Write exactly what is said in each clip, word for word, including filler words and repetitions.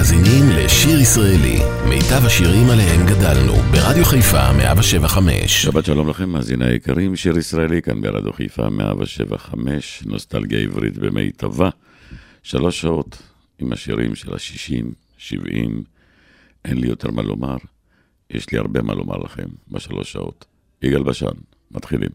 מאזינים לשיר ישראלי, מיטב השירים עליהם גדלנו, ברדיו חיפה מאה שבע חמש. שבת שלום לכם, מאזיני היקרים, שיר ישראלי כאן ברדיו חיפה מאה שבע חמש, נוסטלגיה עברית במיטבה, שלוש שעות עם השירים של השישים, שבעים, אין לי יותר מה לומר, יש לי הרבה מה לומר לכם בשלוש שעות. יגאל בשן, מתחילים.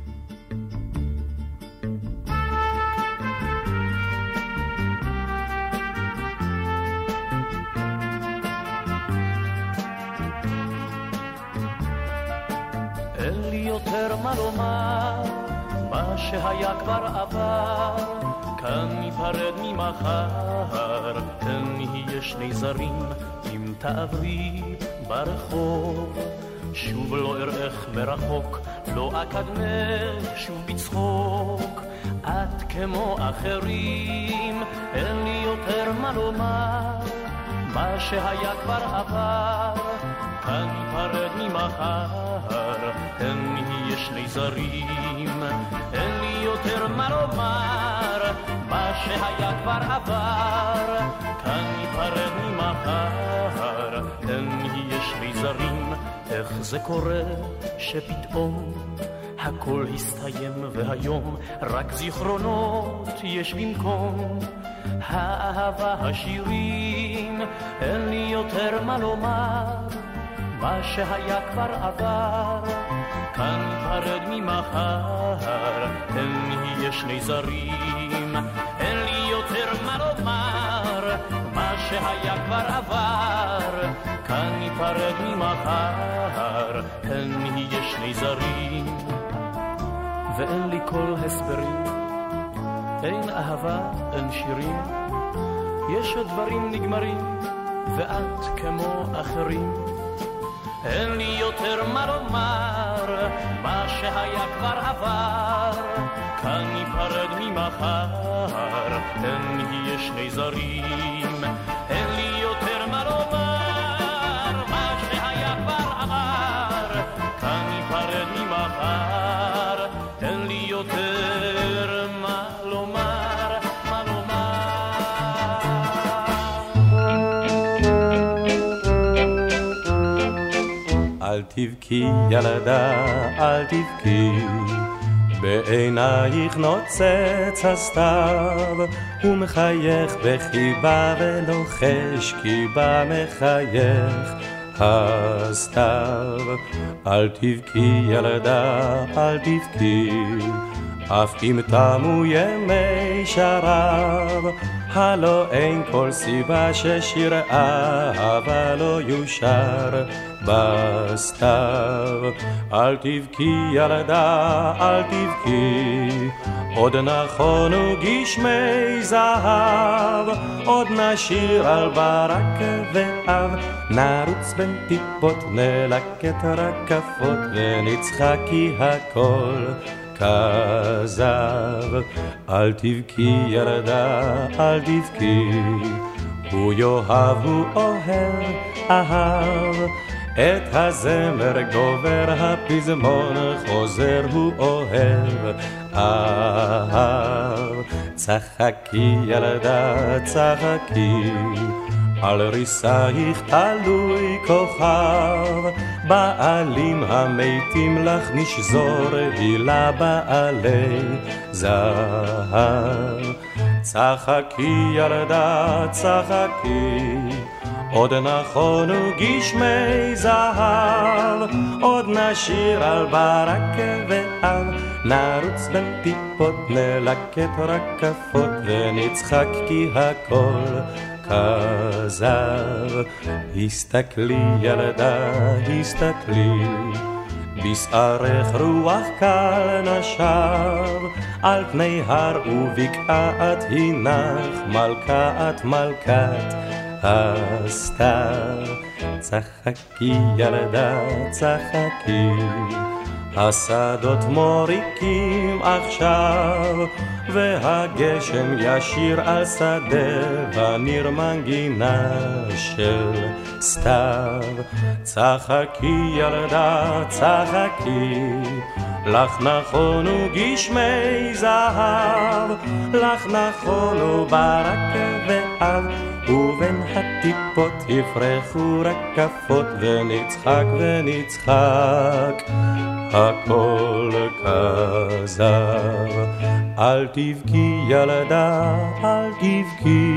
אין לי יותר מה לומר, מה שהיה כבר עבר, כאן ניפרד ממחר, כאן נהיה שני זרים, אם תעברי ברחוב, שוב לא אראך מרחוק, לא אקדמך שוב בצחוק, את כמו אחרים, אין לי יותר מה לומר, מה שהיה כבר עבר, כאן ניפרד ממחר, כאן נהיה שני זרים, אין לי יותר מה לומר, מה שהיה כבר עבר, כאן ניפרד ממחר, כאן נהיה שני זרים. איך זה קורה שפתאום הכל הסתיים והיום רק זיכרונות יש במקום האהבה השירים, אין לי יותר מה לומר, מה שהיה כבר עבר, כאן ניפרד ממחר, כאן נהיה שני זרים, אין לי יותר מה לומר, מה שהיה כבר עבר, כאן ניפרד ממחר, כאן נהיה שני זרים, ואין לי כל הסברים, אין אהבה, אין שירים, יש הדברים נגמרים, ואת כמו אחרים, אין לי יותר מה לומר, מה שהיה כבר עבר, כאן ניפרד ממחר, כאן נהיה שני זרים, אין לי יותר מה לומר, מה שהיה כבר עבר, כאן ניפרד ממחר, אין לי יותר מה לומר, מה אל תבכי ילדה, אל תבכי, בעינייך נוצץ הסתיו, הוא מחייך בחיבה ולוחש כי בה מחייך הסתיו. אל תבכי ילדה, אל תבכי, אף אם תמו ימי שרב, הלא אין כל סיבה ששיר אהבה לא יושר בסתיו. אל תבכי ילדה, אל תבכי, עוד נכונו גשמי זהב, עוד נשיר על ברק ואב, נרוץ בין טיפות, נלקט רקפות ונצחק כי הכל כזב. אל תבכי ילדה, אל תבכי, הוא יאהב, הוא אוהב, אהב, את הזמר גובר, הפזמון חוזר, הוא אוהב, אהב. צחקי ילדה, צחקי, על ריסייך תלוי כוכב, בעלים המתים לך נשזור, הילה בעלי זהב. צחקי ילדה, צחקי, עוד נכונו גשמי זהב, עוד נשיר על ברק ואב, נרוץ בין טיפות, נלקט רקפות ונצחק כי הכל כזב. הסתכלי ילדה, הסתכלי, בשערך רוח קל נשב, על פני הר ובקעת הנך, מלכת מלכת הסתיו. צחקי ילדה, צחקי, השדות מוריקים עכשיו, והגשם ישיר על שדה, וניר מנגינה של סתיו. צחקי ילדה, צחקי, לך נכונו גשמי זהב, לך נכונו ברק ואב, ובין הטיפות יפרחו רקפות, ונצחק ונצחק, הכל כזר. אל תבכי ילדה, אל תבכי.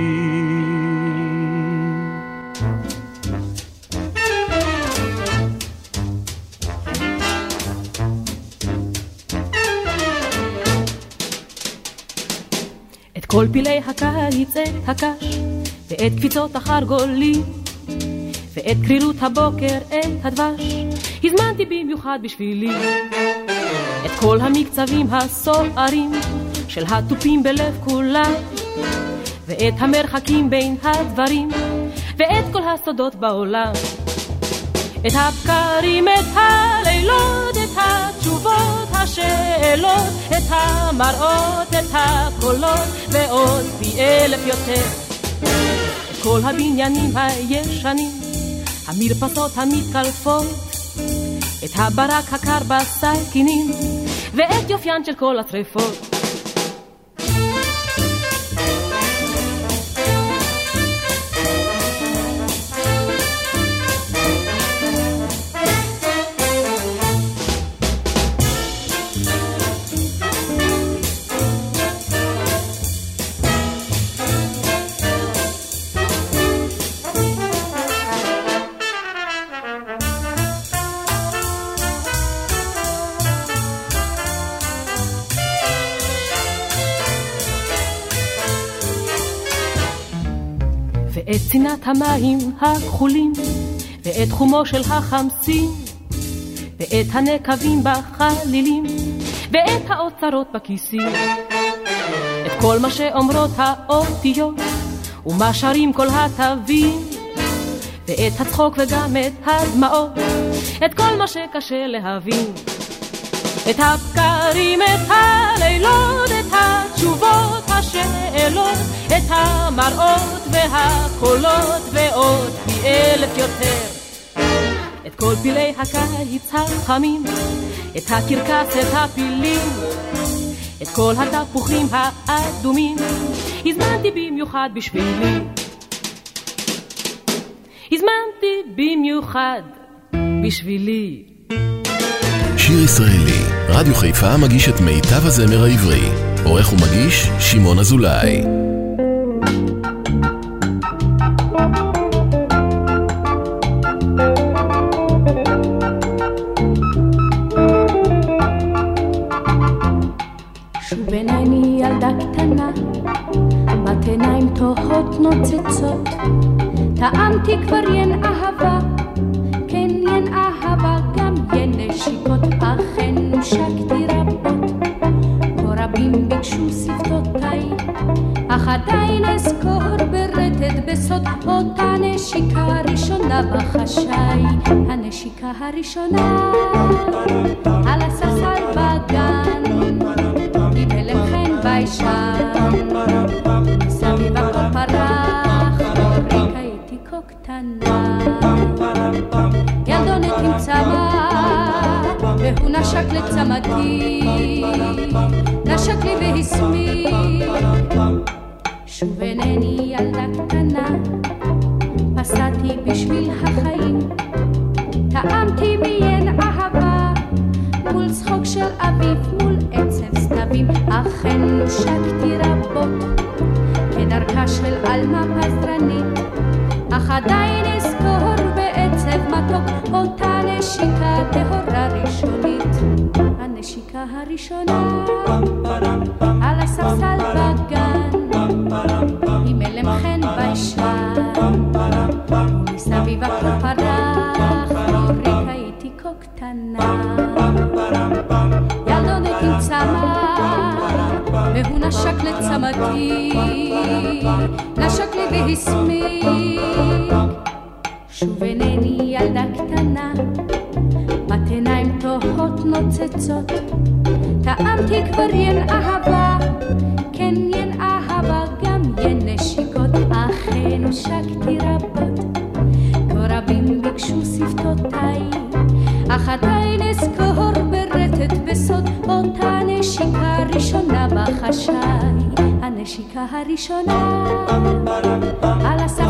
את כל פילי הקיץ, את הקש ואת קפיצות החרגולים ואת קרירות הבוקר, את הדבש הזמנתי במיוחד בשבילי. את כל המקצבים הסוערים של הטופים בלב כולם, ואת המרחקים בין הדברים, ואת כל הסודות בעולם. את הבקרים, את הלילות, את התשובות, השאלות, את המראות, את הקולות, ועוד פי אלף יותר. את כל הבניינים הישנים, המרפסות המתקלפות, את הברק הקר בסכינים, ואת יופיין של כל הטרפות. את צינת המים הכחולים, ואת חומו של החמסים, ואת הנקבים בחלילים, ואת האוצרות בכיסים. את כל מה שאומרות האותיות, ומה שרים כל התווים, ואת הצחוק וגם את הדמעות, את כל מה שקשה להבין. את הבקרים, את הלילות, את התשובות, השאלות, את המראות והקולות, ועוד פי אלף יותר. את כל פילי הקיץ החמים, את הקרקס, את הפילים, את כל התפוחים האדומים, הזמנתי במיוחד בשבילי. הזמנתי במיוחד בשבילי. שיר ישראלי, רדיו חיפה מגיש את מיטב הזמר העברי. עורך ומגיש שמעון אזולאי. שוב עיני ילדה קטנה, בת עיניים תוהות נוצצות, טעמתי כבר ין אהבה, כן ין אהבה, גם ין נשיקות, אכן נושקתי רבות, כה רבים ביקשו שפתותיי, אך עדיין אזכור ברטט בסוד אותה נשיקה הראשונה בחשאי. הנשיקה הראשונה על הספסל בגן, היא בלב חן ביישן, מסביב הכל פרח, אוריקה הייתי כה קטנה, ילדונת עם צמא, והוא נשק לצמתי, נשק לי והסמיק. שוב אינני ילדה קטנה, פסעתי בשביל החיים, טעמתי מיין אהבה, מול צחוק של אביב, מול עצב סתבים, אכן נושקתי רבות, כדרכה של אלמה פזרנית, אך עדיין אזכור בעצב מתוק, אותה נשיקה טהורה ראשונית. הנשיקה הראשונה על הספסל בגן, היא מלם חן ביישן, ומסביב הכל פרח, אוריקה הייתי כה קטנה, ילדונת עם צמא, והוא נשק לצמתי, נשק לי והסמיק. שוב אינני ילדה קטנה, בת עיניים תוהות נוצצות, טעמתי כבר ין אהבה, כן ין אהבה, גם ין נשיקות, אכן נושקתי רבות, כה רבים ביקשו שפתותיי, אך עדיין אזכור ברטט בסוד אותה נשיקה ראשונה בחשאי. הנשיקה הראשונה על הסף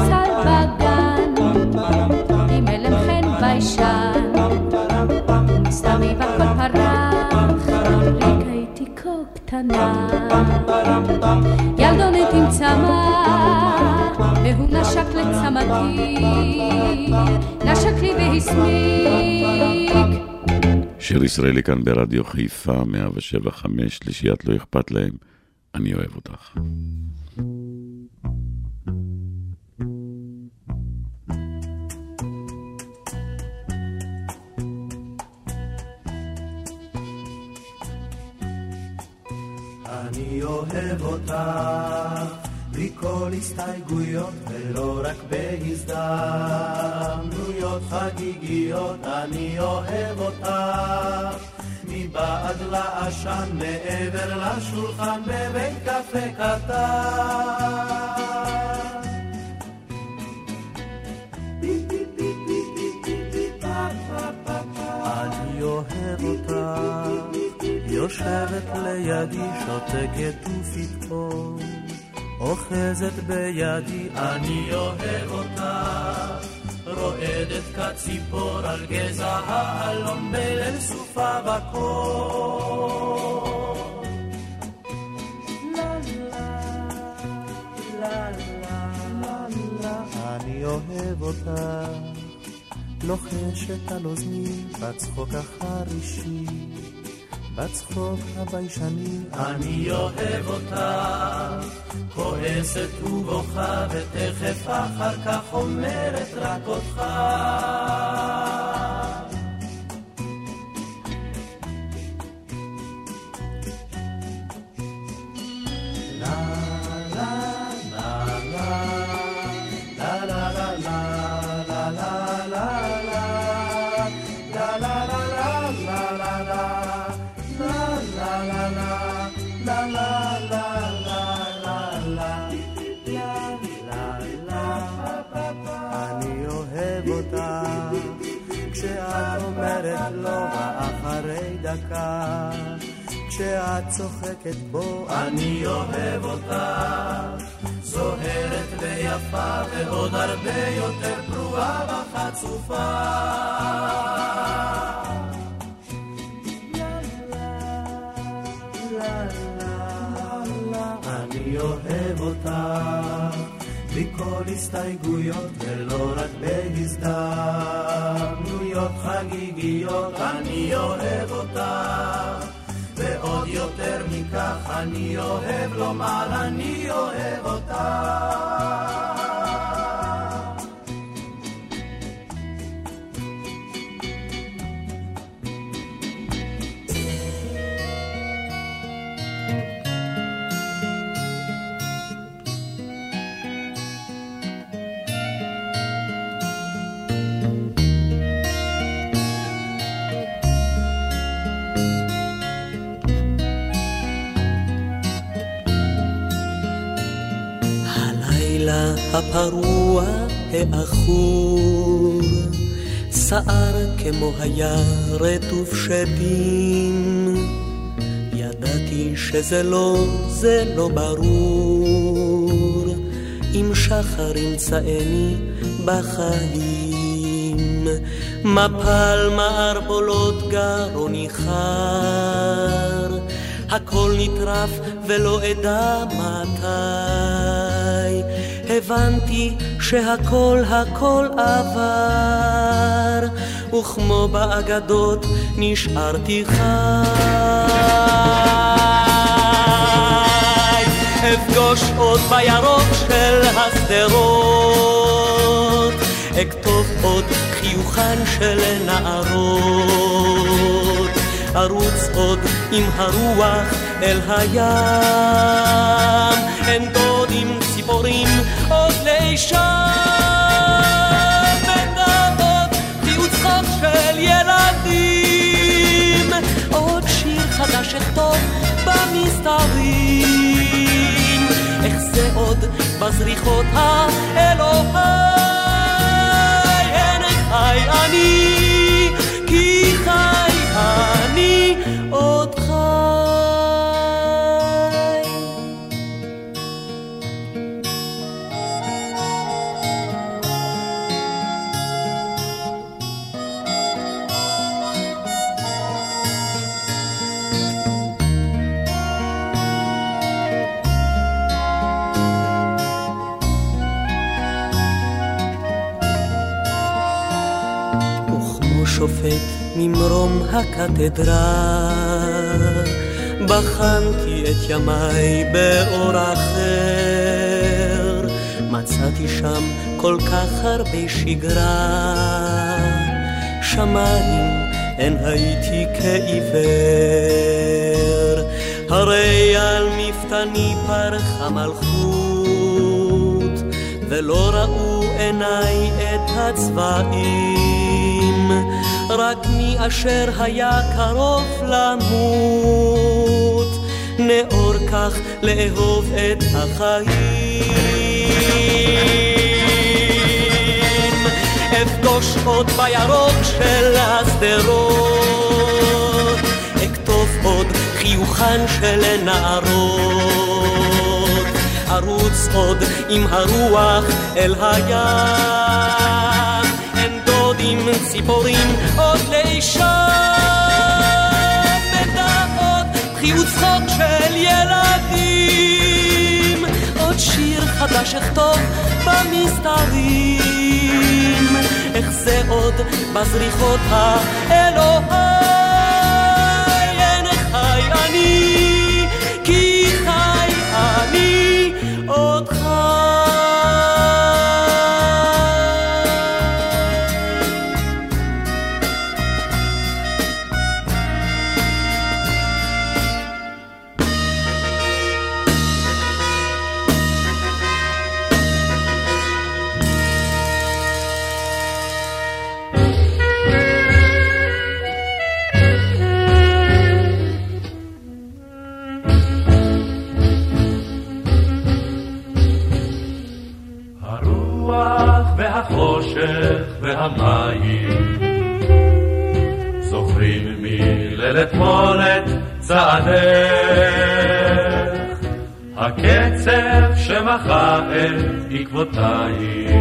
מכיר, נשק לי והסמיק. שיר ישראלי כאן ברדיו חיפה, מאה ושבע חמש, שלישיית לא אכפת להם, אני אוהב אותך. אני אוהב אותך בלי כל הסתייגויות ולא רק בהזדמנויות חגיגיות. אני אוהב אותך מבעד לעשן מעבר לשולחן בבית קפה קטן. אני אוהב אותך יושבת לידי שותקת ופתאום אוחזת בידי. אני אוהב אותך רועדת כציפור על גזע האלון בליל סופה בקור. לה לה לה לה לה אני אוהב אותך לוחשת על אוזני בצחוק החרישי בצחוק הביישני. אני אוהב אותך כועסת ובוכה ותכף אחר כך אומרת רק אותך. דקה כשאת צוחקת בו. אני אוהב אותך זוהרת ויפה ועוד הרבה יותר פרועה וחצופה. אני אוהב אותך בלי כל הסתייגויות ולא רק בהזדמנויות חגיגיות. אני אוהב אותך ועוד יותר מכך אני אוהב לומר אני אוהב אותך. הפרוע האחור שער כמו היה רטוף שדים. ידעתי שזה לא, זה לא ברור אם שחר ימצאני בחיים. מפל מערבולות גר או ניחר הכל נטרף ולא אדע מתי. הבנתי שהכל הכל עבר וכמו באגדות נשארתי חי. אפגוש עוד בירוק של הסדרות אכתוב עוד חיוכן של נערות ארוץ עוד עם הרוח אל הים אין דודים ציפורים עוד לישם ונאות חיוצחוק של ילדים עוד שיר חדש אכתוב במסתרים איך זה עוד בזריחות האלוהי אין חי אני כי חי אני עוד חי. שופט ממרום הקתדרה, בחנתי את ימיי באור אחר, מצאתי שם כל כך הרבה שגרה, שמיים אין הייתי כעיוור, הרי על מפתני פרחה מלכות, ולא ראו עיניי את הצבעים, רק מי אשר היה קרוב למות, נאור כך לאהוב את החיים. אפגוש עוד בירוק של השדרות, אכתוב עוד חיוכן של נערות, ארוץ עוד עם הרוח אל הים, אין דודים ציפורים עוד לאישה, ודע עוד חיוך צחוק של ילדים, עוד שיר חדש אכתוב במסתרים, איך זה עוד בזריחות האלוהי, אין חי אני, כי חי אני עוד חי. החושך והמים זוכרים מליל אתמול את צעדך, הקצב שמחה את עקבותייך,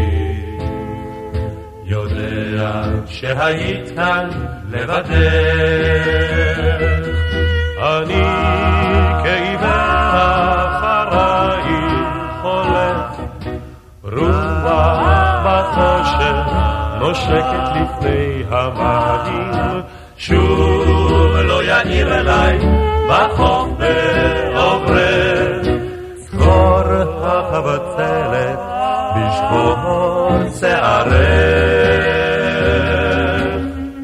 יודע שהיית כאן לבדך, אני כעיוור אחרייך הולך, רוח בחושך נושקת לפני המים, שוב לא יאיר אליי בחוף בעוברך, זכור החבצלת בשחור שערך,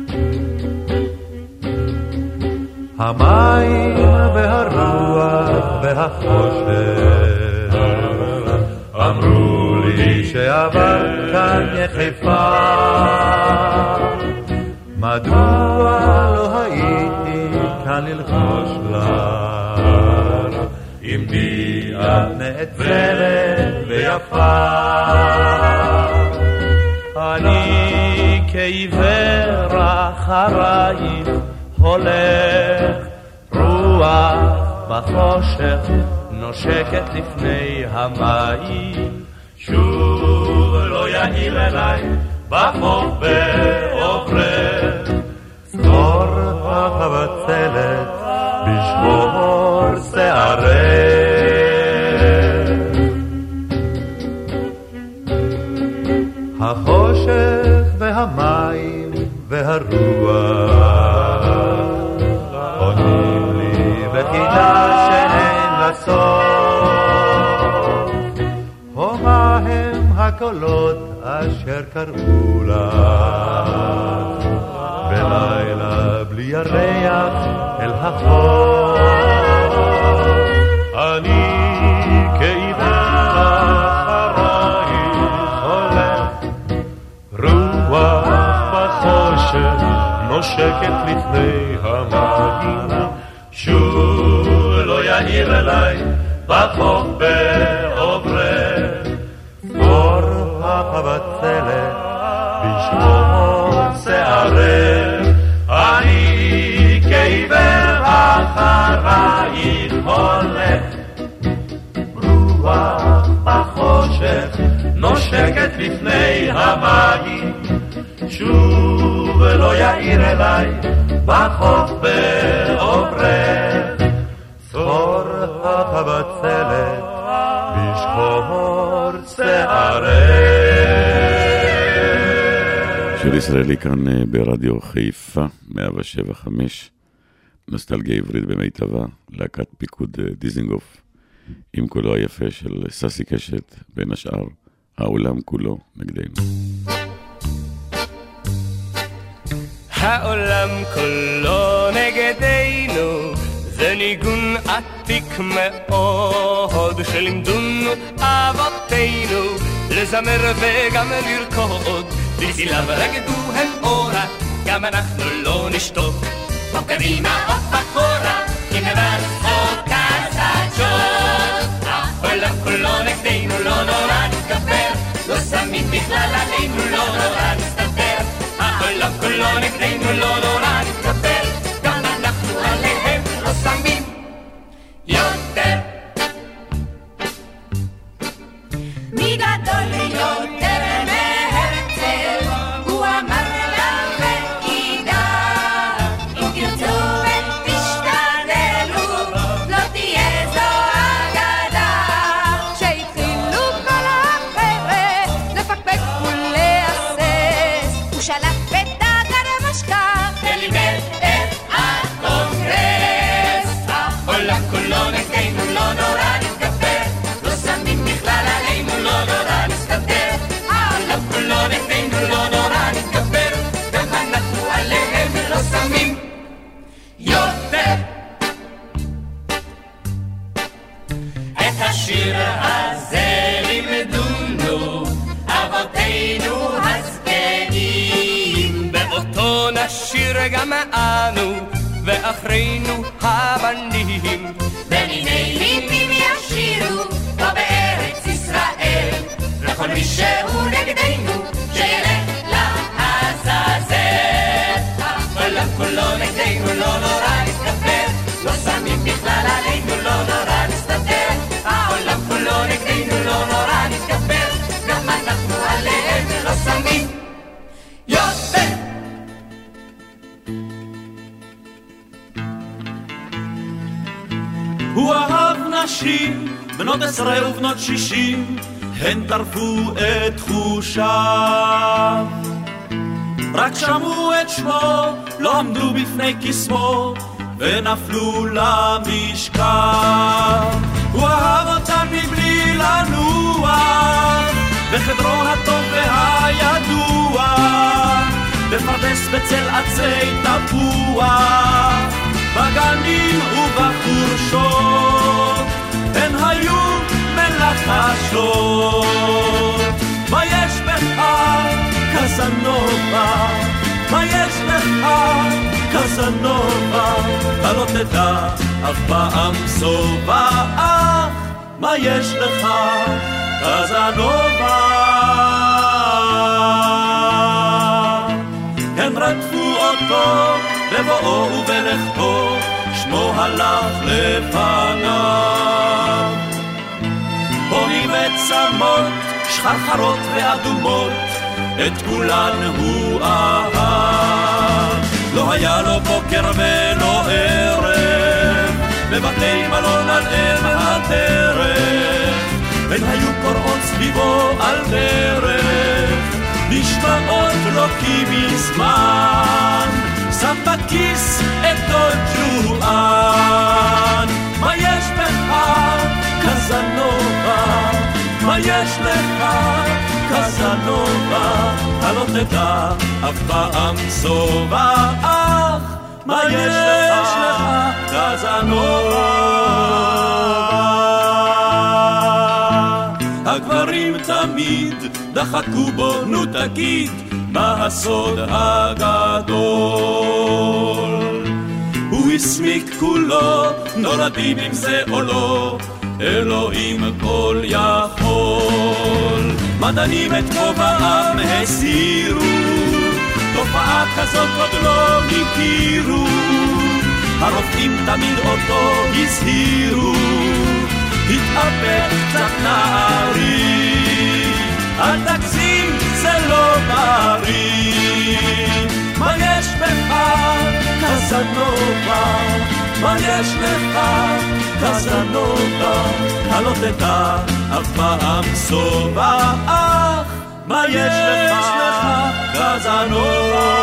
המים והרוח והחושך אמרו לי שעבר כאן יחפה, מדוע לא הייתי כאן ללחוש לך, אם בי את נעצרת ויפה, אני כעיוור אחרייך הולך, רוח בחושך נושקת לפני המים, שוב לא יאיר אליי בחוף בעוברך, זכור החבצלת בשחור שערך, החושך והמים והרוח עונים לי בחינה שאין לה סוף, הומה הם הקולות אשר קראו לך בלילה בלי ירח אל החוף, אני כעיוור אחרייך הולך, רוח בחושך נושקת לפני המים, שוב לא יאיר אליי בחוף בעוברך, זכור החבצלת בשחור שערך, אני כעיוור אחרייך הולך, רוח בחושך נושקת לפני המים, שוב לא יאיר אליי בחוף בעוברך, זכור החבצלת בשחור שערך. שיר ישראלי כאן ברדיו חיפה, מאה שבע חמש, נוסטלגיה עברית במיטבה, להקת פיקוד דיזינגוף, עם קולו היפה של ססי קשת, בין השאר, העולם כולו נגדנו. העולם כולו נגדנו, זה ניגון עתיק מאוד, שלימדונו אבותינו, לזמר וגם לרקוד, בלסילה ורקדו הם אורה, גם אנחנו לא נשתוק. או קדימה או אחורה, כי נבזות כסג'ות. העולם כולו נגדנו, לא נורא נתגבר, לא שמים בכלל עלינו, לא נורא נסתדר. העולם כולו נגדנו, לא נורא נתגבר, גם אנחנו עליהם לא שמים יותר. מי גדול יותר מהרצל, הוא אמר לה ועידה, אם תרצו ותשתדלו, לא תהיה זו אגדה. שהתחילו כל החבר'ה לפקפק ולהסס, הוא שלח את דגר משקע ולימד את הקונגרס. העולם כולו נגדנו, לא נורא נתגבר, לא שמים בכלל עלינו, לא נורא נסתדר. העולם כולו נגדנו, לא נורא נתגבר, גם אנחנו עליהם לא שמים יותר. את השיר הזה לימדונו אבותינו הזקנים, באותו נשיר גם אנו ואחרינו הבנים. וניני לימים ישירו פה בארץ ישראל, לכל מי שהוא נגדנו שילך לעזאזל. העולם כולו נגדנו, לא נורא נתגבר, לא שמים בכלל עלינו, לא נורא נסתדר. העולם כולו נגדנו, לא נורא נתגבר, גם אנחנו עליהם לא שמים יותר. הוא אהב נשים, בנות עשרה ובנות שישים, הן טרפו את חושיו. רק שמעו את שמו, לא עמדו בפני קסמו, ונפלו למשכב. הוא אהב אותם מבלי לנוע, בחדרו הטוב והידוע, בפרדס בצל עצי תפוח, בגנים ובחורשות, הן היו מלחשות. מה יש בך קזנובה, מה יש לך קזנובה, אתה לא תדע אף פעם סובה. אך מה יש לך קזנובה, הן רדפו אותו בבואו ובלכתו, שמו הלך לפניו. פונים וצמות, שחרחרות ואדומות, את כולן הוא אהב. לא היה לו בוקר ולא ערב, בבתי מלון על אם הדרך, הן היו קוראות סביבו על דרך, נשמעות לו כי מזמן, שם בכיס את דוד ג'ואן. מה יש בך קזנובה, מה יש לך קזנובה, אתה לא תדע אף פעם סובה. אך מה יש לך קזנובה, הגברים תמיד דחקו בו, נו תגיד מה הסוד הגדול. הוא הסמיק כולו, נולדים עם זה או לא, אלוהים כל יכול. מדענים את כובעם הסירו, תופעה כזאת עוד לא הכירו, הרופאים תמיד אותו הזהירו, התאבק קצת נערי, אל תגזים זה לא בריא. מה יש בך קזנובה, מה יש לך קזנובה, הלא תדע אף פעם סובה. אך מה יש לך קזנובה, קזנובה.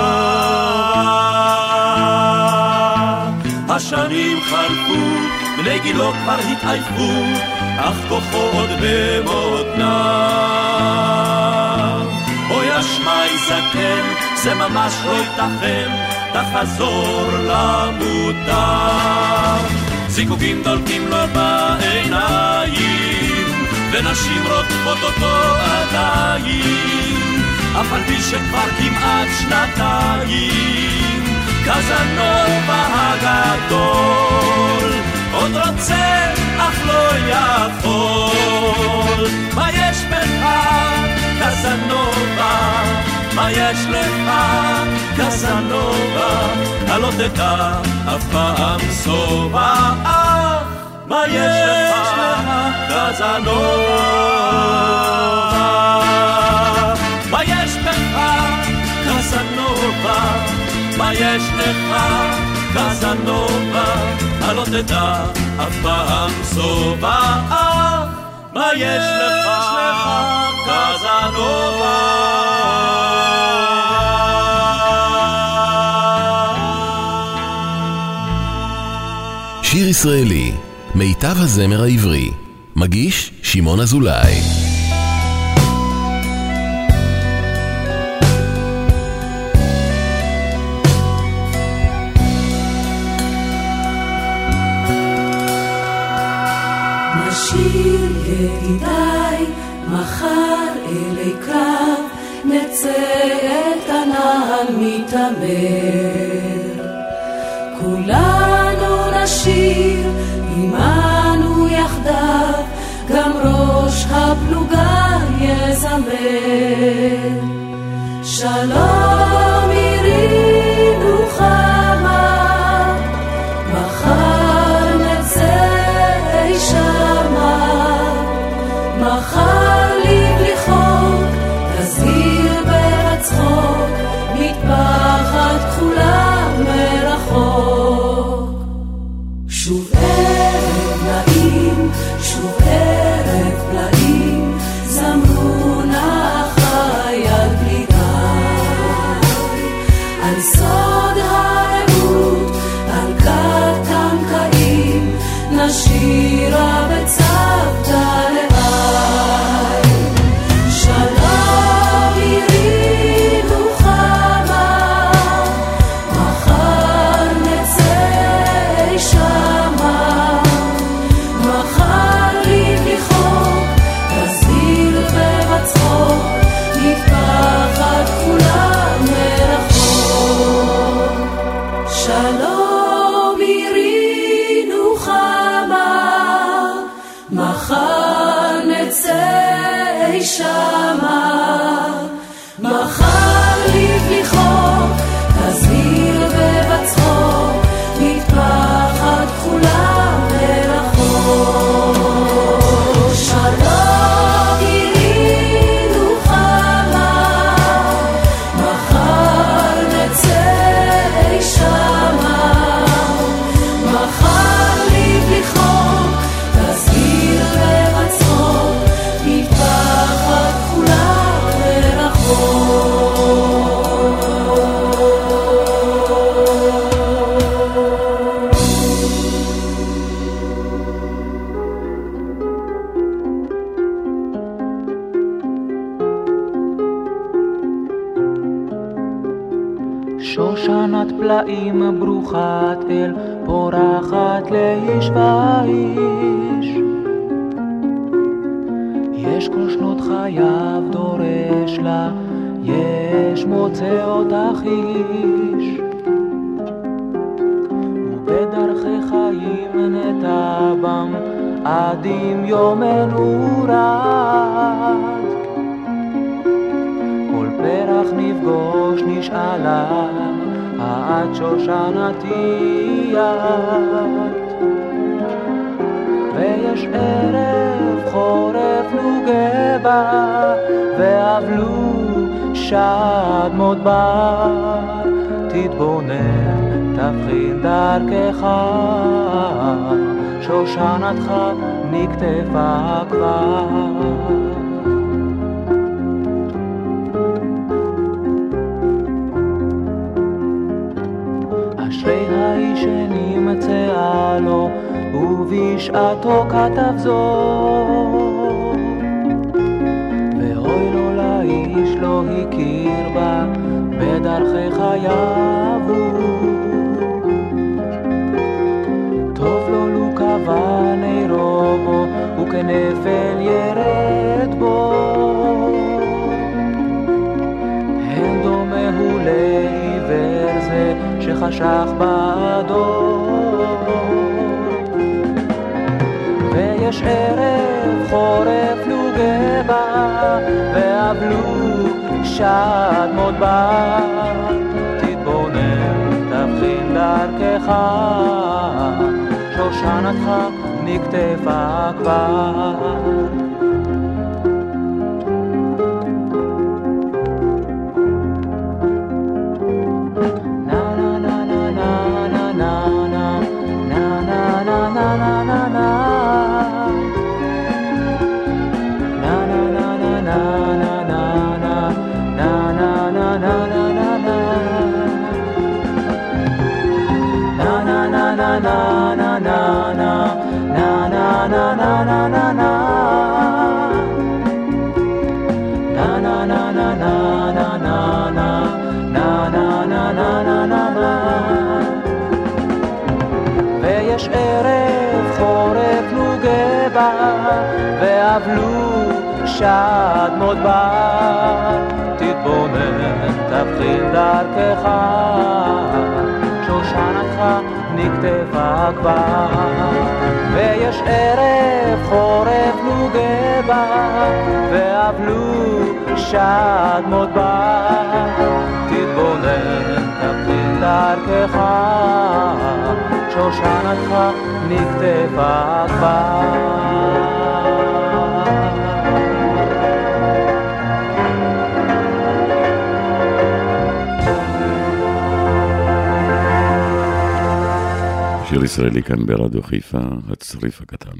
השנים חלפו, בני גילו כבר התעייפו, אך כוחו עוד במותניו. אוי אשמי זקן, זה ממש לא ייתכן, תחזור למוטב. זיקוקים דולקים לו בעיניים, ונשים רודפות אותו עדיין, אף על פי שכבר כמעט שנתיים, קזנובה הגדול עוד רוצה אך לא יכול. מה יש בך קזנובה, מה יש לך קזנובה, הלא תדע אף פעם סובה. מה יש לך קזנובה, מה יש בך קזנובה, מה יש לך קזנובה, הלא תדע אף פעם סובה. מה יש לך קזנובה. שיר ישראלי, מיטב הזמר העברי, מגיש שמעון אזולאי. נשיר ידידיי מחר אלי קרב, נצא את ענן מתעמר, כולנו נשיר עמנו יחדיו, גם ראש הפלוגה יזמר. שלום עירינו חמה, מחר נצא שמה, מחר לבלי חוק, תזהיר ברצחוק, מטפחת כחולה מרחוק. שוב ערב נעים, שוב ערב פלאים, זמרו נא חייל בלי די, על סוד הרעות, על קטן קעים, נשירה בצוותא לאי. שלום עירינו חמה, מחר נצא שמה, מחר לבלי חוק, תזהיר בבצחוק, נטפחת כחולה מרחוק. שלום עירינו חמה, מחר נצא שמה, מחר לבלי חוק, תזהיר בבצחוק, מטפחת כחולה מרחוק. שלום עירינו חמה, מחר נצא שמה, מחר לבלי חוק, תזהיר בבצחוק, מטפחת כחולה מרחוק. שושנת פלאים ברוכת אל, פורחת לאיש ואיש, יש כל שנות חייו דורש לה, יש מוצא אותך איש, ובדרכי חיים נטע בם עדים יומנו רד, כל פרח נפגוש נשאלה עד שושנתי את, ויש ערב חורף נוגבה, ואבלו שדמות בר, תתבונן תבחין דרכך, שושנתך נקטפה כבר. שנמצאה לו ובשעתו כתב זאת, ואוי לו לאיש לא הכיר בה בדרכי חייו, טוב לו לו קבע נרו בו וכנפל ירד בו, הן דומה הוא לעיוור זה שחשך בעדו, ויש ערב חורף לוגבה ואבלו שד מודבר, תתבונן תבחין דרכך שושנתך נקטפה כבר. ויש ערב חורף לוגבה ואבלו שד מודבר, תתבונן תבחין דרכך שושנתך נקטפה כבר. ויש ערב חורף לוגבה ואבלו שד מודבר, תתבונן תבחין דרכך שושנתך נקטפה כבר. שיר ישראלי כאן ברדיו חיפה, הצריף הקטן.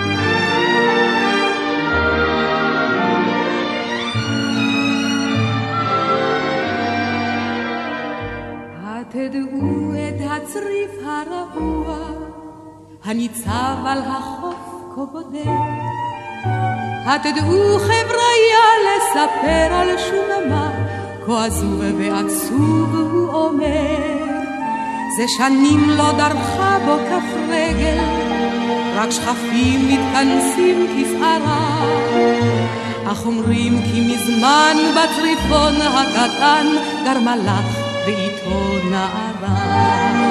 התדעו את הצריף הרעוע הניצב על החוף כה בודד, התדעו חבריה לספר על שוממה כה עזוב ועצוב הוא אומר, זה שנים לא דרכה בו כף רגל, רק שכפים מתכנסים כפערה, אך אומרים כי מזמן בצריפון הקטן גר מלאך ואיתו נערה.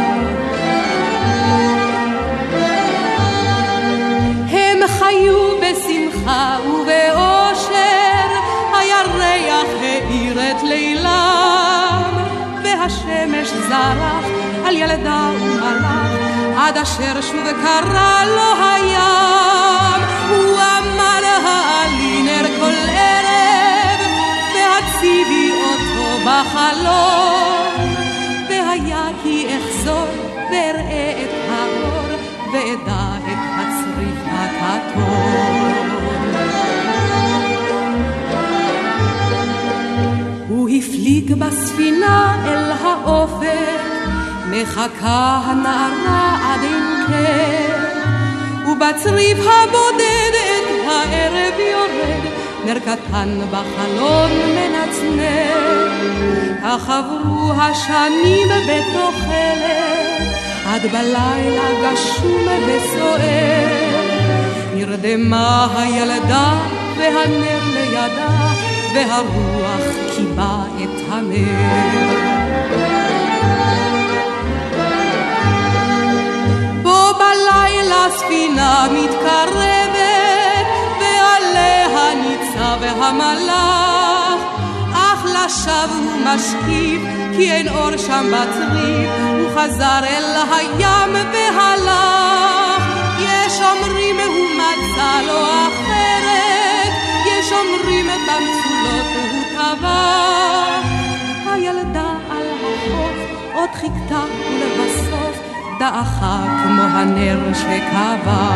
הם חיו בשמחה ובאושר, הירח האיר את לילם, והשמש זרח על ילדה ומלאך, עד אשר שוב קרא לו הים. הוא אמר העלי נר כל ערב, והציבי אותו בחלום, והיה כי אחזור ואראה את האור, ואדע את הצריף הכתום. הוא הפליג בספינה אל האופק, מחכה הנערה עד אין קר, ובצריף הבודד את הערב יורד, נר קטן בחלון מנצנר. כך עברו השנים בתוחלת, עד בלילה גשום וסוער, נרדמה הילדה והנר לידה, והרוח קיבה את הנר. בו בלילה ספינה מתקרבת, ועליה ניצב המלאך, אך לשווא הוא משקיף, כי אין אור שם בצריף, הוא חזר אל הים והלך. יש אומרים הוא מצא לו אחרת, יש אומרים במצולות הוא טבח. הילדה על החוף עוד חיכתה ולבסוף דעכה כמו הנר שקבע.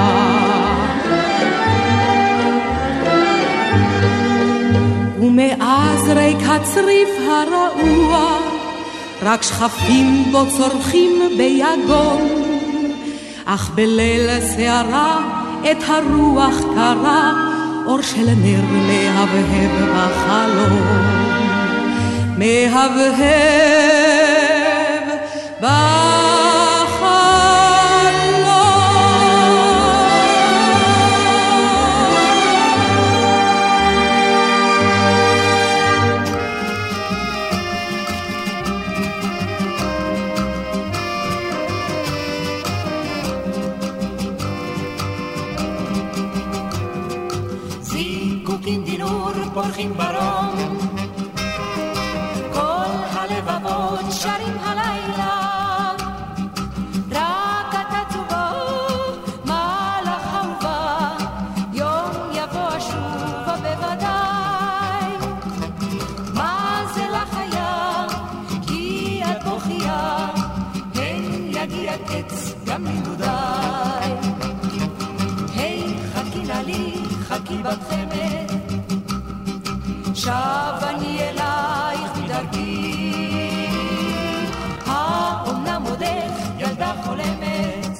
ומאז ריק הצריף הרעוע, רק שכפים בו צורכים ביגון, אך בליל שערה את הרוח קרה, אור של נר מהבהב בחלום, מהבהב בחלום. פורחים ברום, כל הלבבות שרים הלילה, רק אתה צובו מלאך אהובה, יום יבוא אשובה בוודאי. מה זה לך היה, כי את בוכייה, הן יגיע קץ גם לימודיי. היי חכי נא לי, חכי בתחמת, שב אני אלייך מדרכי, האומנם עודך ילדה חולמת,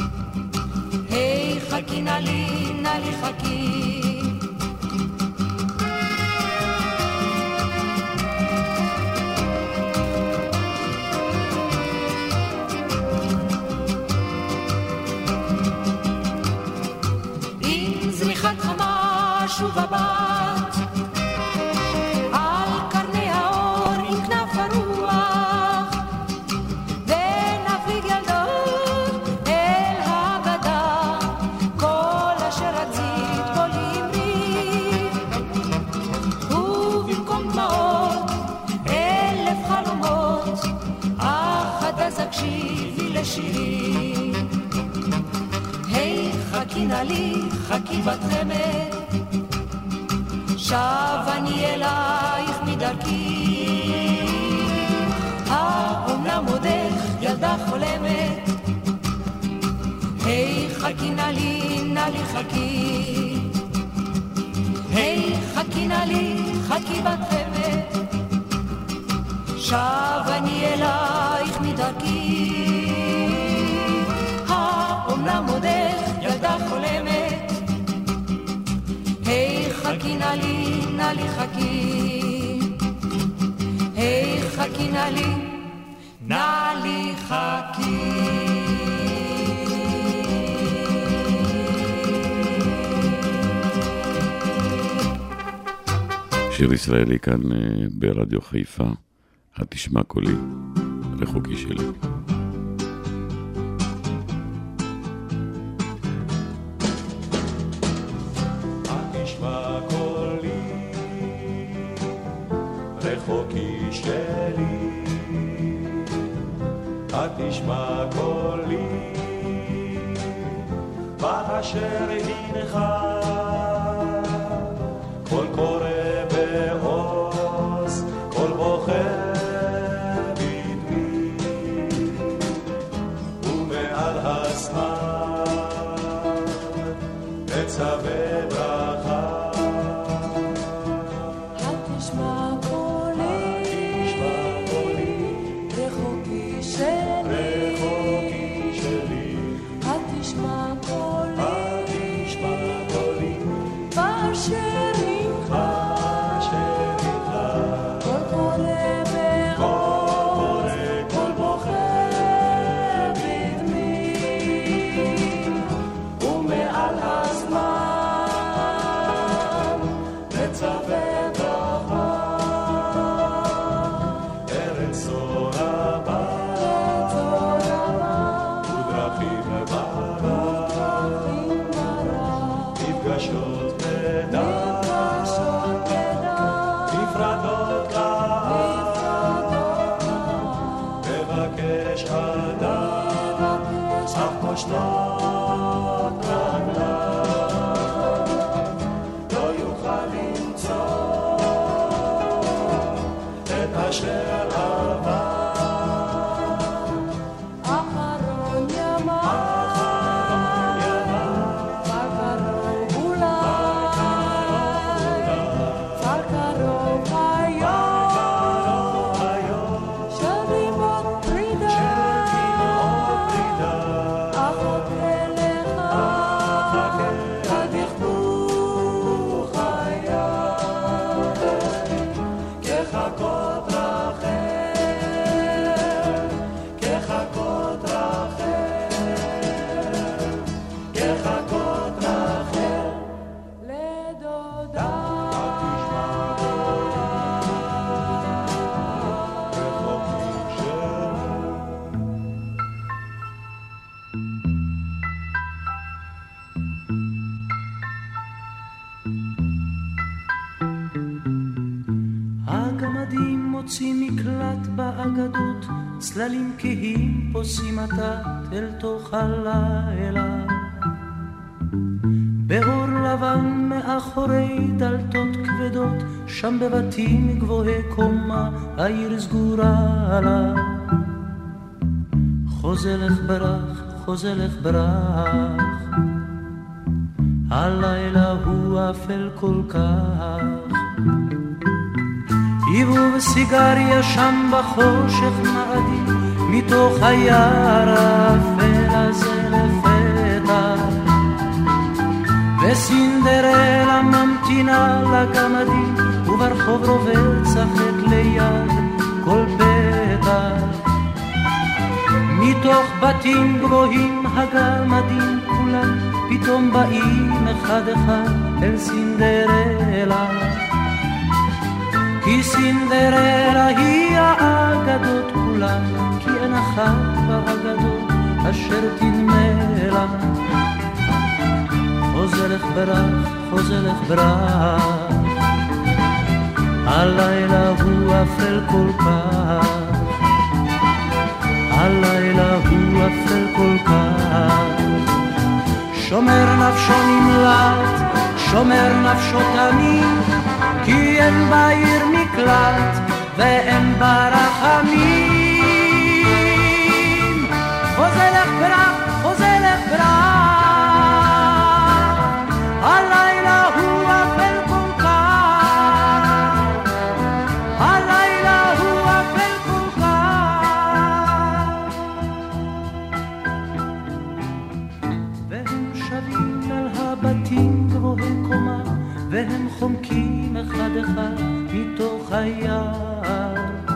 היי חכי נא לי, נא לי חכי. עם זריחת חמה שוב הבת, חכי נא לי, חכי בתחמת, שב אני אלייך מדרכי, האומנם עודך ילדה חולמת, היי חכי נא לי, נא לי חכי, היי חכי נא לי, חכי בתחמת, שב אני אלייך מדרכי, האומנם עודך ילדה חולמת, היי חכי נא לי, נא לי חכי, היי חכי נא לי, נא לי חכי. שיר ישראלי כאן ברדיו חיפה, התשמע קולי, רחוקי שלי. רחוקי שלי, התשמע קולי, באשר הנך, קול קורא בעוז, קול בוכה בדמי, ומעל הזמן מצווה ברכה. Shall we מוציא מקלט באגדות, צללים כהים פוסעים עטת אל תוך הלילה. באור לבן מאחורי דלתות כבדות, שם בבתים גבוהי קומה, העיר סגורה לה. חוזלך ברח, חוזלך ברח, הלילה הוא אפל כל כך. עיבוב סיגריה שם בחושך מעדי, מתוך היער האפל הזה לפתע. וסינדרלה ממתינה לגמדים, וברחוב רובץ החט ליד כל פתח. מתוך בתים גבוהים הגמדים כולם, פתאום באים אחד אחד אל סינדרלה. כי סינדרלה היא האגדות כולם, כי אין אחת באגדות אשר תדמה לה. חוזלך ברח, חוזלך ברח, הלילה הוא אפל כל כך, הלילה הוא אפל כל כך. שומר נפשו נמלט, שומר נפשו תמיד, כי אין בעיר מקלט ואין בה רחמים. חוזלך ברח, חוזלך ברח, הלילה הוא אפל כל כך, הלילה הוא אפל כל כך. והם שבים אל הבתים גבוהי קומה, והם חומקים אחד אחד מתוך היער.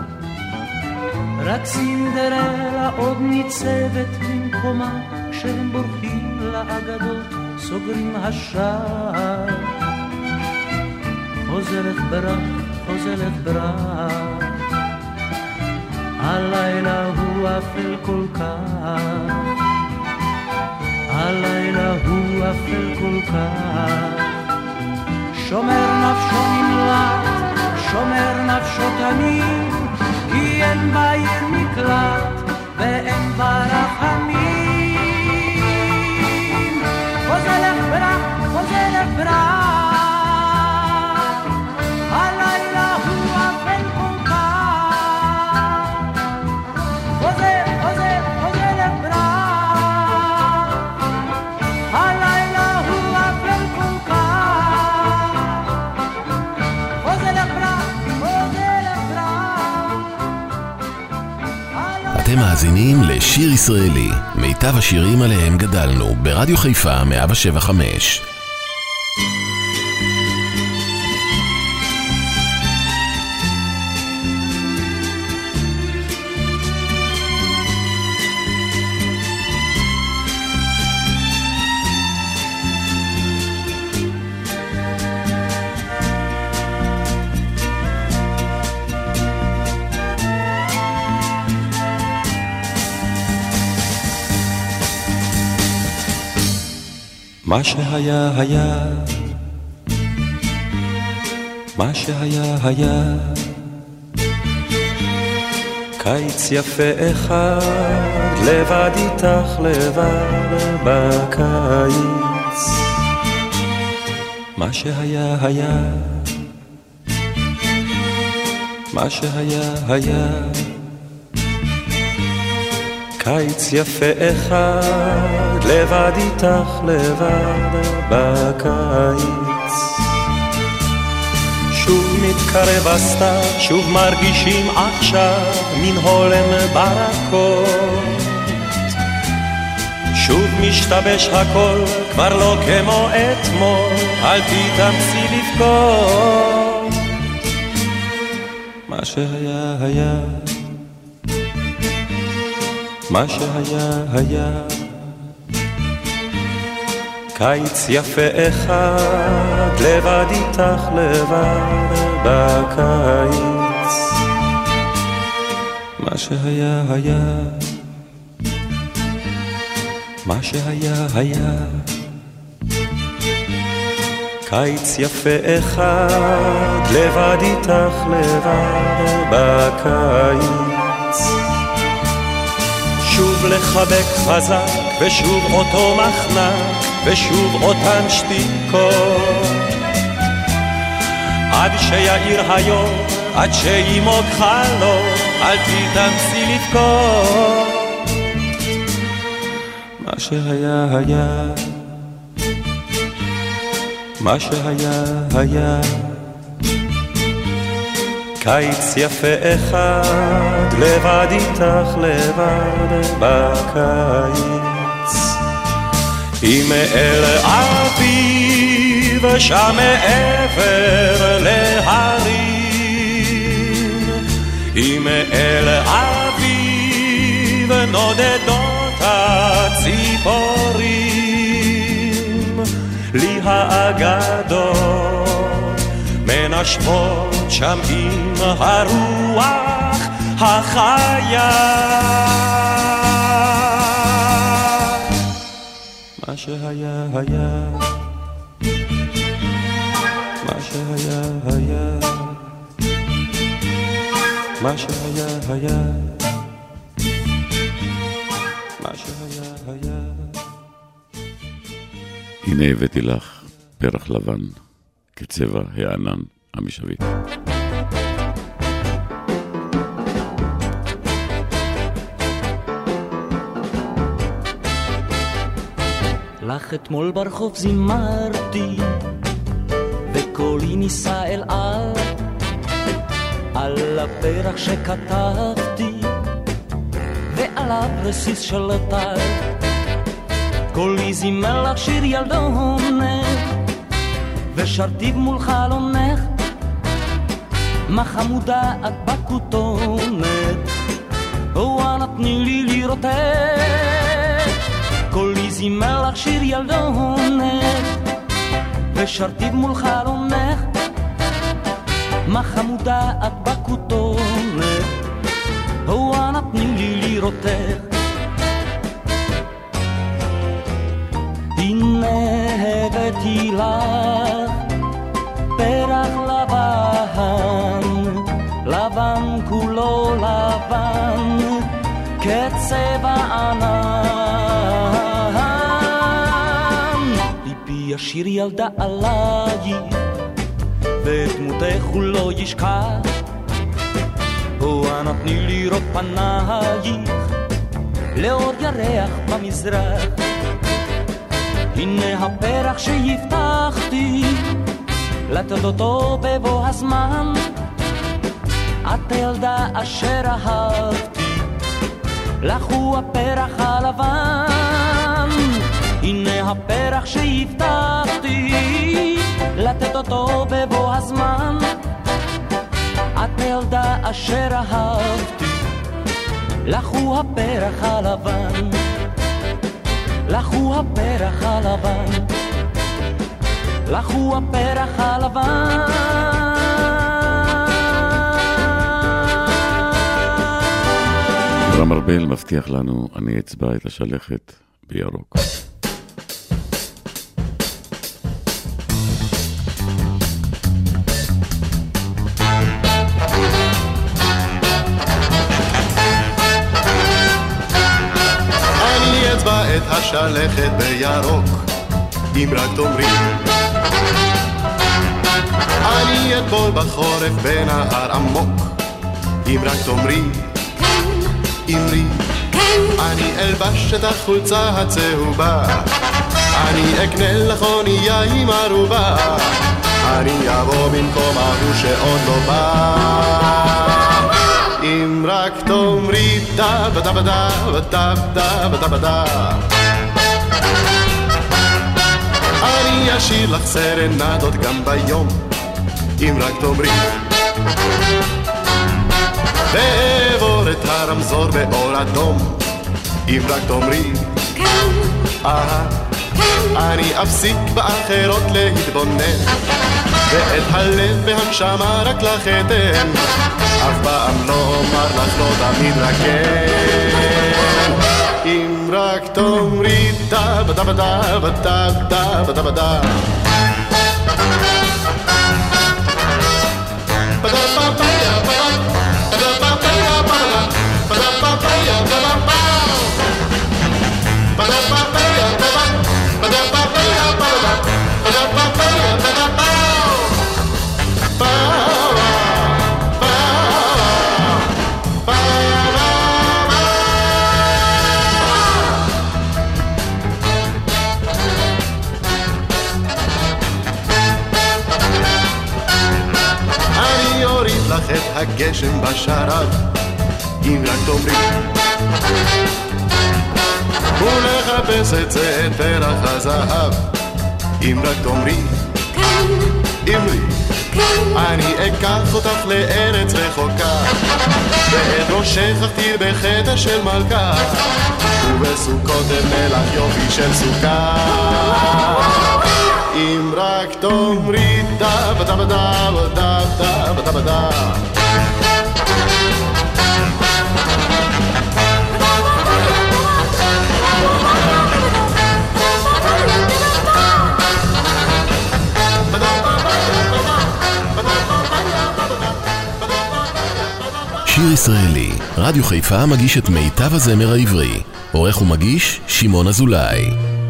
רק סינדרלה עוד ניצבת במקומה, כשהם בורחים לאגדות סוגרים השער. חוזלך ברח, חוזלך ברח, הלילה הוא אפל כל כך, הלילה הוא אפל כל כך. שומר נפשו נמלט, שומר נפשו תמיד, כי אין בעיר מקלט ואין בה רחמים. חוזלך ברח, חוזלך ברח, הלילה הוא אפל כל כך. חוזל, חוזל, חוזלך ברח, הלילה הוא אפל כל כך. אתם מאזינים לשיר ישראלי, מיטב השירים עליהם גדלנו, ברדיו חיפה מאה שבע חמש. מה שהיה היה, מה שהיה היה, קיץ יפה אחד, לבד איתך לבד בקיץ. מה שהיה היה, מה שהיה היה, קיץ יפה אחד, לבד איתך לבד בקיץ. שוב מתקרב הסתיו, שוב מרגישים עכשיו מן הולם ברקות. שוב משתבש הכל, כבר לא כמו אתמול, אל תתאמצי לבכות. מה שהיה היה, מה שהיה היה, קיץ יפה אחד, לבד איתך לבד בקיץ. מה שהיה היה, מה שהיה היה, קיץ יפה אחד, לבד איתך לבד בקיץ. בקיץ. שוב לחבק חזק ושוב אותו מחנק ושוב אותן שתיקות, עד שיעיר היום, עד שימוג חלום, אל תתאמצי לבכות. מה שהיה היה, מה שהיה היה, קיץ יפה אחד, לבד איתך לבד בקיץ. אם אל אביב שם מעבר להרים, אם אל אביב נודדות הציפורים, לי האגדות מנשבות שם עם הרוח החיה. מה שהיה היה, מה שהיה היה, מה שהיה היה, מה שהיה היה. הנה הבאתי לך פרח לבן כצבע הענן המשביט. לך אתמול ברחוב זימרתי וקולי ניסה אל על, על הפרח שכתבתי ועליו רסיס של טל. קולי זימר לך שיר ילדונת ושרתי מול חלונך, מה חמודה את בכותונת, וואלה תני לי לראותך. קולי זימר לך שיר ילדונת ושרתי מול חלונך, מה חמודה את בכותונת, וואלה תני לי לראותך. הנה הבאתי לך פרח לבן, לבן כולו לבן כצבע ענן. ליבי ישיר ילדה עליי ודמותך הוא לא ישכח, ואנה תני לראות פנייך לאור ירח במזרח. הנה הפרח שהבטחתי לתת אותו בבוא הזמן, את הילדה אשר אהבתי, לך הוא הפרח הלבן. הנה הפרח שהבטחתי לתת אותו בבוא הזמן, את הילדה אשר אהבתי, לך הוא הפרח הלבן, לך הוא הפרח הלבן, לך הוא הפרח הלבן. רם ארבל מבטיח לנו, אני אצבע את השלכת בירוק. אני אצבע את השלכת בירוק, אם רק תאמרי. אני אטבול בחורף בנהר עמוק, אם רק תאמרי. אמרי, אני אלבש את החולצה הצהובה, אני אקנה לך אונייה עם ערובה, אני אבוא במקום ההוא שעוד לא בא. אם רק תאמרי דה בדה בדה בדה בדה בדה בדה, אני אשיר לך סרנדות גם ביום, אם רק תאמרי. ועבור את הרמזור באור אדום, אם רק תאמרי. כן, אה, כן. אני אפסיק באחרות להתבונן, ואת הלב והנשמה רק לך אתן, אף פעם לא אומר לך לא, תמיד רק כן. אם רק תאמרי דה בדה בדה בדה בדה בדה בדה בדה בדה גשם בשרב, אם רק תאמרי ולחפש את זה את פרח הזהב, אם רק תאמרי כן, אמרי כן, אני אקח אותך לארץ רחוקה, ואת ראשך אכתיר בחטא של מלכה, ובסוכות אבנה לך יופי של סוכה, אם רק תאמרי דב דב דב דב דב דב דב. שיר ישראלי, רדיו חיפה מגיש את מיטב הזמר העברי. עורך ומגיש שמעון אזולאי.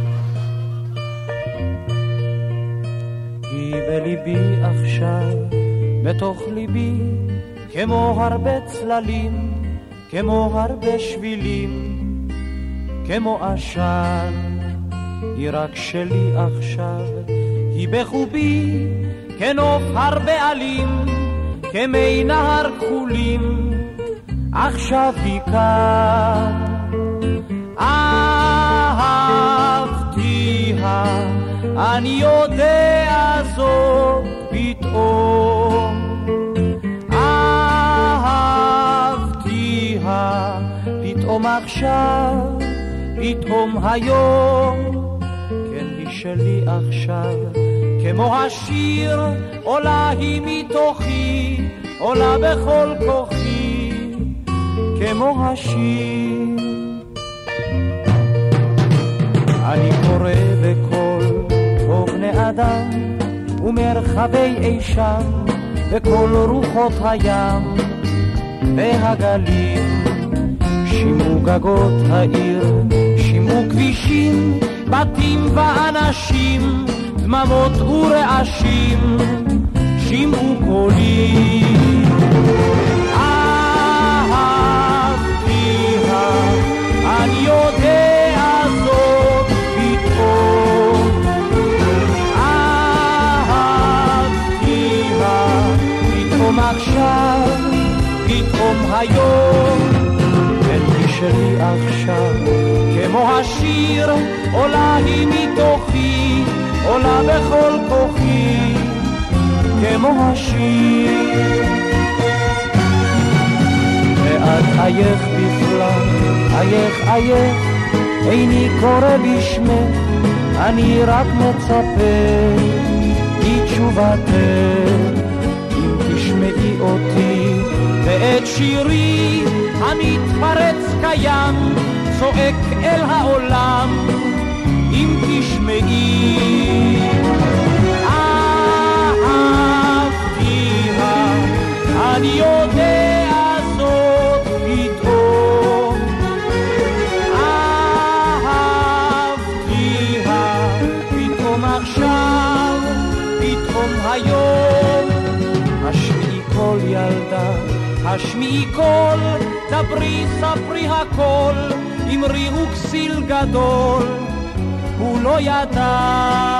היא בליבי עכשיו, בתוך ליבי, כמו הרבה צללים, כמו הרבה שבילים, כמו עשן. היא רק שלי עכשיו, היא בחובי, כנוף הרבה עלים, כמי נהר כחולים, עכשיו היא כאן. אהבתיה, אני יודע זאת פתאום. אהבתיה, פתאום עכשיו, פתאום היום. כן היא שלי עכשיו, כמו השיר, עולה היא מתוכי, עולה בכל כוחי, כמו השיר. אני קורא בכל טוב בני אדם, ומרחבי אי שם, בכל רוחות הים והגלים. שימו גגות העיר, שימו כבישים, בתים ואנשים, דממות ורעשים, שימו קולים. אהבתיה, אני יודע זאת פתאום. אהבתיה, פתאום עכשיו, פתאום היום. כן היא שלי עכשיו, כמו השיר, עולה היא מתוכי, עולה בכל כוחי, כמו השיר. ואת עייך בכלל, עייך עייך, איני קורא בשמך, אני רק מצפה לתשובתך. אם תשמעי אותי ואת שירי המתפרץ קיים, צועק אל העולם, אם תשמעי. אהבתיה, אני יודע זאת פתאום. אהבתיה, פתאום עכשיו, פתאום היום. השמיעי קול ילדה, השמיעי קול, דברי ספרי הכל, אמרי וכסיל גדול, הוא לא ידע,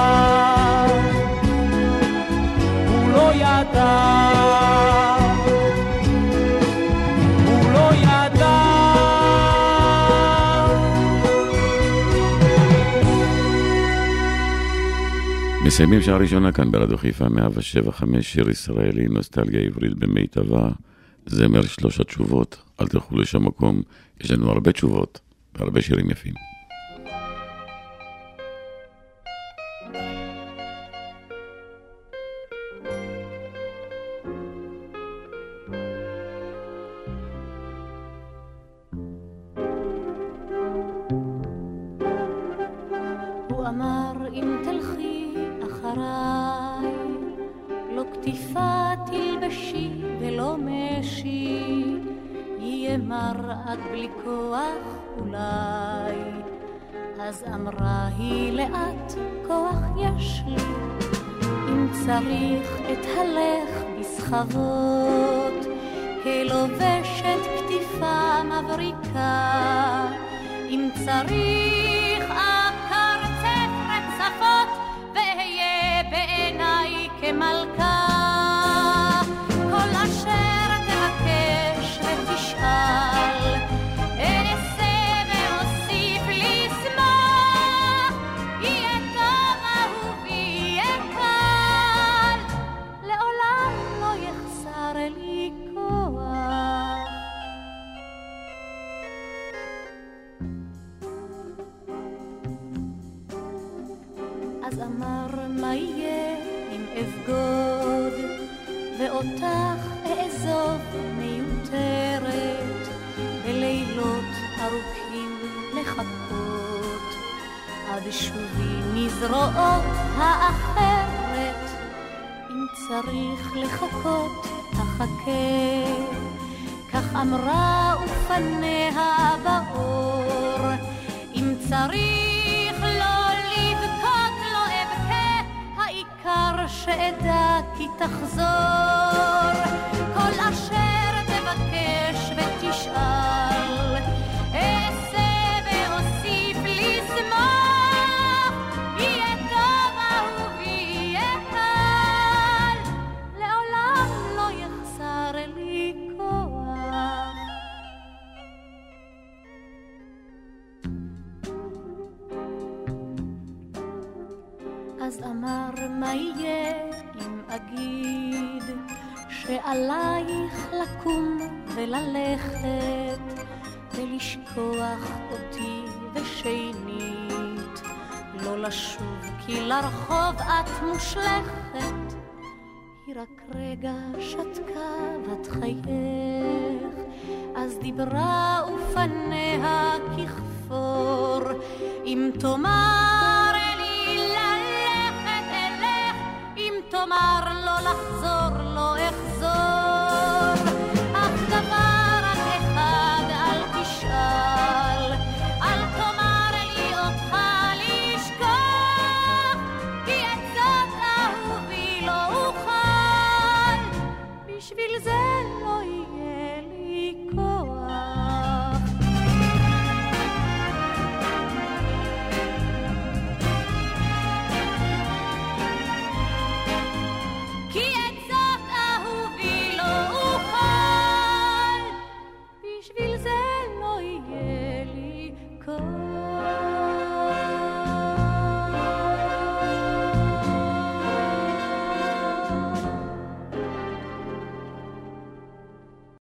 הוא לא ידע, הוא לא ידע. מסיימים שעה ראשונה כאן ברדיו חיפה מאה שבע חמש, שיר ישראלי, נוסטלגיה עברית במיטבה, זמר שלוש התשובות. אל תלכו לשם מקום, יש לנו הרבה תשובות והרבה שירים יפים. הוא אמר אם תלכי אחריי, לא כתיפה תלבשי ולא משי, יהיה מראת בלי כוח אולי. אז אמרה היא לאט, כוח יש לי, אם צריך את הלך בסחבות, הלובשת כתיפה מבריקה, אם צריך אקרצף רצפות, ואהיה בעיניי כמלכה, כל אשר תבקש אז אמר מה יהיה אם אבגוד ואותך אעזוב מיותרת בלילות ארוכים לחכות עד שובי מזרועות האחרת. אם צריך לחכות תחכה, כך אמרה ופניה באור. אם צריך לא לבכות לא אבכה, העיקר שאדע כי תחזור. כל אשר תבקש ותשאל אעשה ואוסיף לשמוח, יהיה טוב אהובי יהיה קל, לעולם לא יחסר לי כוח. אז אמר מה יהיה אם אגיד שעלייך לקום וללכת ולשכוח אותי ושנית לא לשוב כי לרחוב את מושלכת. היא רק רגע שתקה בת חייך, אז דיברה ופניה ככפור. אם תאמר לי ללכת אלך, אם תאמר לא לחזור